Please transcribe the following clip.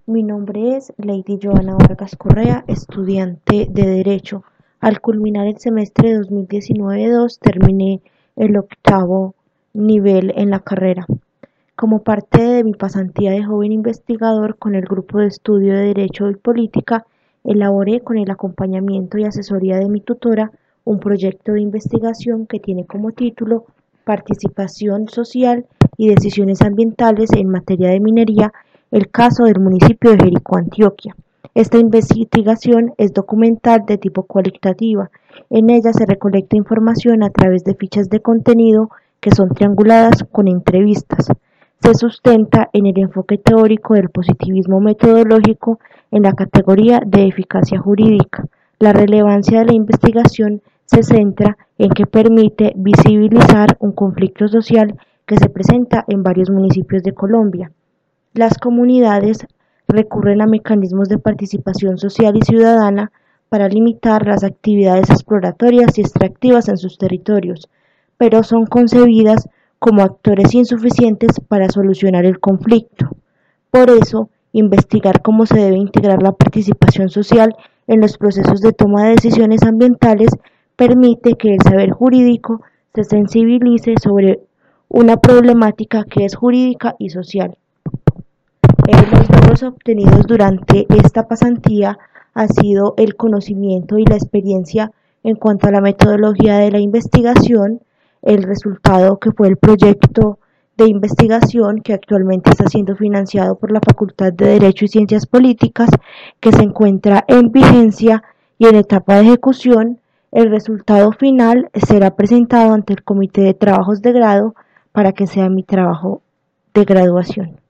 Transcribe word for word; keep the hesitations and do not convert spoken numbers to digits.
Mi nombre es Lady Joana Vargas Correa, estudiante de Derecho. Al culminar el semestre dos mil diecinueve dos terminé el octavo nivel en la carrera. Como parte de mi pasantía de joven investigador con el Grupo de Estudio de Derecho y Política, elaboré con el acompañamiento y asesoría de mi tutora un proyecto de investigación que tiene como título Participación social y decisiones ambientales en materia de minería, el caso del municipio de Jericó, Antioquia. Esta investigación es documental de tipo cualitativa. En ella se recolecta información a través de fichas de contenido que son trianguladas con entrevistas. Se sustenta en el enfoque teórico del positivismo metodológico en la categoría de eficacia jurídica. La relevancia de la investigación se centra en que permite visibilizar un conflicto social que se presenta en varios municipios de Colombia. Las comunidades recurren a mecanismos de participación social y ciudadana para limitar las actividades exploratorias y extractivas en sus territorios, pero son concebidas como actores insuficientes para solucionar el conflicto. Por eso, investigar cómo se debe integrar la participación social en los procesos de toma de decisiones ambientales permite que el saber jurídico se sensibilice sobre una problemática que es jurídica y social. Eh, los logros obtenidos durante esta pasantía ha sido el conocimiento y la experiencia en cuanto a la metodología de la investigación, el resultado que fue el proyecto de investigación que actualmente está siendo financiado por la Facultad de Derecho y Ciencias Políticas, que se encuentra en vigencia y en etapa de ejecución. El resultado final será presentado ante el Comité de Trabajos de Grado para que sea mi trabajo de graduación.